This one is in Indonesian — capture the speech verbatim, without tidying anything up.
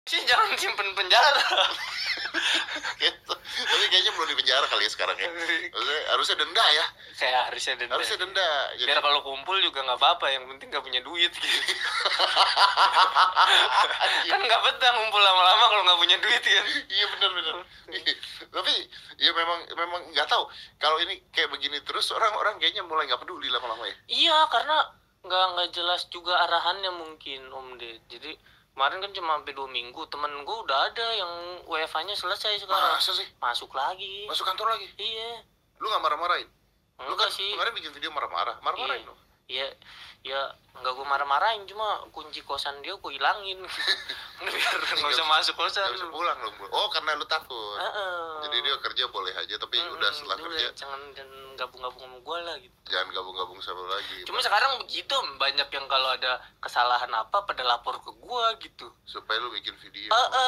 sih jangan simpen penjara. Gitu. Tapi kayaknya belum di penjara kali ya sekarang ya. Maksudnya, harusnya denda ya. Kayak harusnya denda. Harusnya denda. Jadi biar kalau kumpul juga nggak apa-apa, yang penting nggak punya duit gitu. Kan nggak betah ngumpul lama-lama kalau nggak punya duit kan. Iya benar-benar. Tapi ya memang memang nggak tahu kalau ini kayak begini terus orang-orang kayaknya mulai nggak peduli lama-lama ya. Iya, karena nggak nggak jelas juga arahannya mungkin Om Ded. Jadi kemarin kan cuma sampai dua minggu, temen gue udah ada yang W F H-nya selesai sekarang. Masa sih? Masuk lagi. Masuk kantor lagi? Iya. Lu nggak marah-marahin? Lu Enggak kan sih. kemarin bikin video marah-marah, marah-marahin Iya. dong. Iya, ya nggak gue marah-marahin, cuma kunci kosan dia gue hilangin. Biar nggak usah masuk kosan. Nggak bisa pulang dong. Oh, karena lu takut. Uh-uh. Jadi dia kerja boleh aja, tapi Hmm, udah setelah udah, kerja jangan jangan gabung-gabung sama gue lah gitu. jangan gabung-gabung sama lu lagi. Cuma sekarang begitu, banyak yang kalau ada kesalahan apa pada lapor ke gue gitu. Supaya lu bikin video. Uh-uh.